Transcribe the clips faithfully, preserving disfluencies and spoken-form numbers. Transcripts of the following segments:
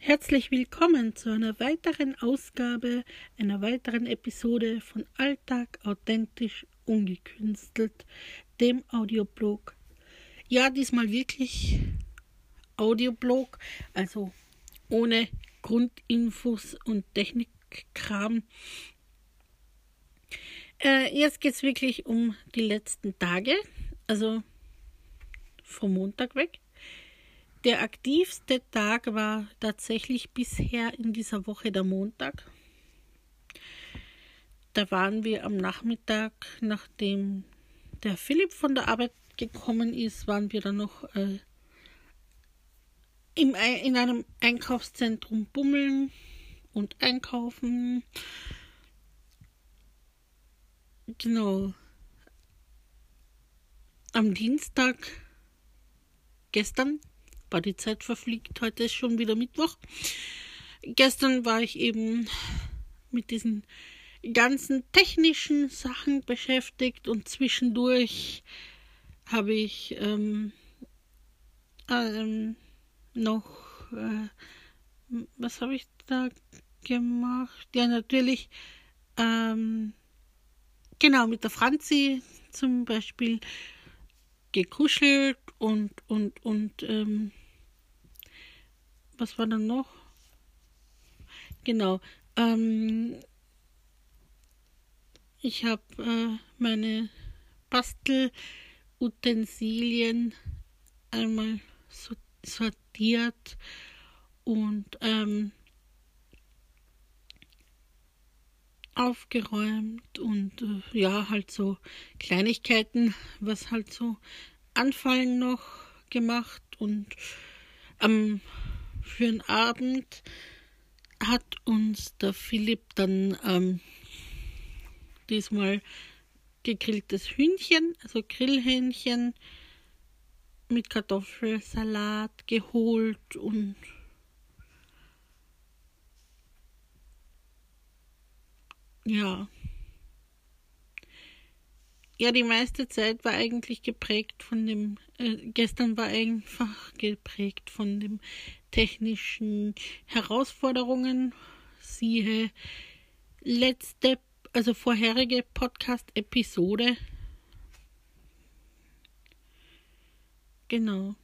Herzlich willkommen zu einer weiteren Ausgabe, einer weiteren Episode von Alltag authentisch ungekünstelt, dem Audioblog. Ja, diesmal wirklich Audioblog, also ohne Grundinfos und Technikkram. Äh, jetzt geht es wirklich um die letzten Tage, also vom Montag weg. Der aktivste Tag war tatsächlich bisher in dieser Woche der Montag. Da waren wir am Nachmittag, nachdem der Philipp von der Arbeit gekommen ist, waren wir dann noch äh, im, in einem Einkaufszentrum bummeln und einkaufen. Genau. Am Dienstag, gestern, war die Zeit verfliegt, heute ist schon wieder Mittwoch. Gestern war ich eben mit diesen ganzen technischen Sachen beschäftigt und zwischendurch habe ich ähm, ähm, noch, äh, was habe ich da gemacht? Ja, natürlich, ähm, genau, mit der Franzi zum Beispiel gekuschelt und, und, und, ähm, was war dann noch? Genau, ähm, ich habe äh, meine Bastelutensilien einmal so sortiert und ähm, aufgeräumt und äh, ja, halt so Kleinigkeiten, was halt so anfallen noch gemacht und ähm, für den Abend hat uns der Philipp dann ähm, diesmal gegrilltes Hühnchen, also Grillhähnchen mit Kartoffelsalat geholt und ja. Ja, die meiste Zeit war eigentlich geprägt von dem, äh, gestern war einfach geprägt von den technischen Herausforderungen. Siehe letzte, also vorherige Podcast-Episode. Genau.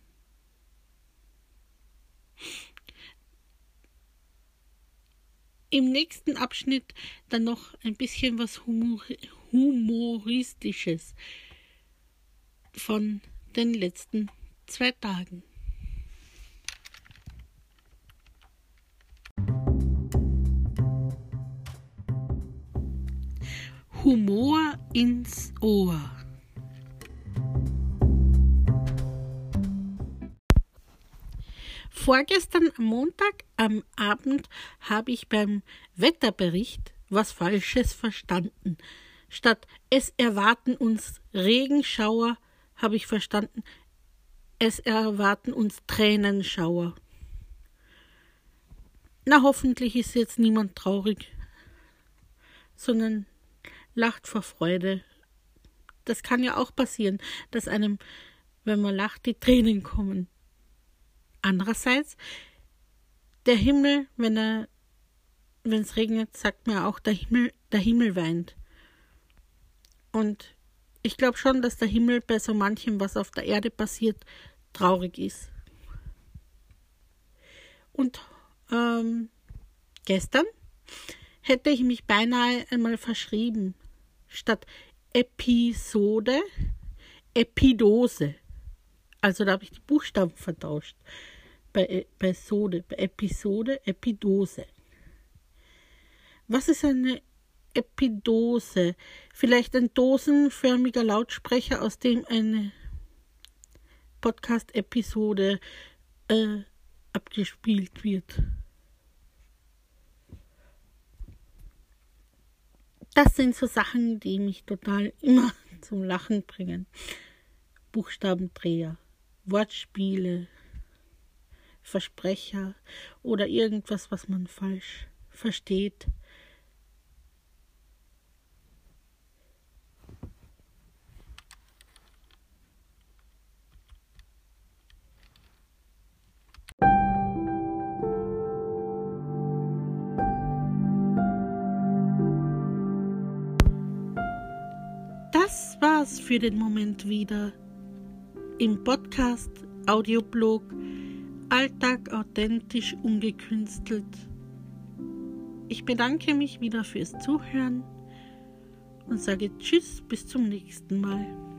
Im nächsten Abschnitt dann noch ein bisschen was Humor- Humoristisches von den letzten zwei Tagen. Humor ins Ohr. Vorgestern am Montag am Abend habe ich beim Wetterbericht was Falsches verstanden. Statt es erwarten uns Regenschauer, habe ich verstanden, es erwarten uns Tränenschauer. Na, hoffentlich ist jetzt niemand traurig, sondern lacht vor Freude. Das kann ja auch passieren, dass einem, wenn man lacht, die Tränen kommen. Andererseits, der Himmel, wenn er, wenn es regnet, sagt man auch, der Himmel, der Himmel weint. Und ich glaube schon, dass der Himmel bei so manchem, was auf der Erde passiert, traurig ist. Und ähm, gestern hätte ich mich beinahe einmal verschrieben. Statt Episode, Epidose. Also da habe ich die Buchstaben vertauscht. Bei Episode, bei Episode, Epidose. Was ist eine Epidose? Vielleicht ein dosenförmiger Lautsprecher, aus dem eine Podcast-Episode äh, abgespielt wird. Das sind so Sachen, die mich total immer zum Lachen bringen. Buchstabendreher, Wortspiele, Versprecher oder irgendwas, was man falsch versteht. Das war's für den Moment wieder. Im Podcast, Audioblog, Alltag authentisch ungekünstelt. Ich bedanke mich wieder fürs Zuhören und sage Tschüss, bis zum nächsten Mal.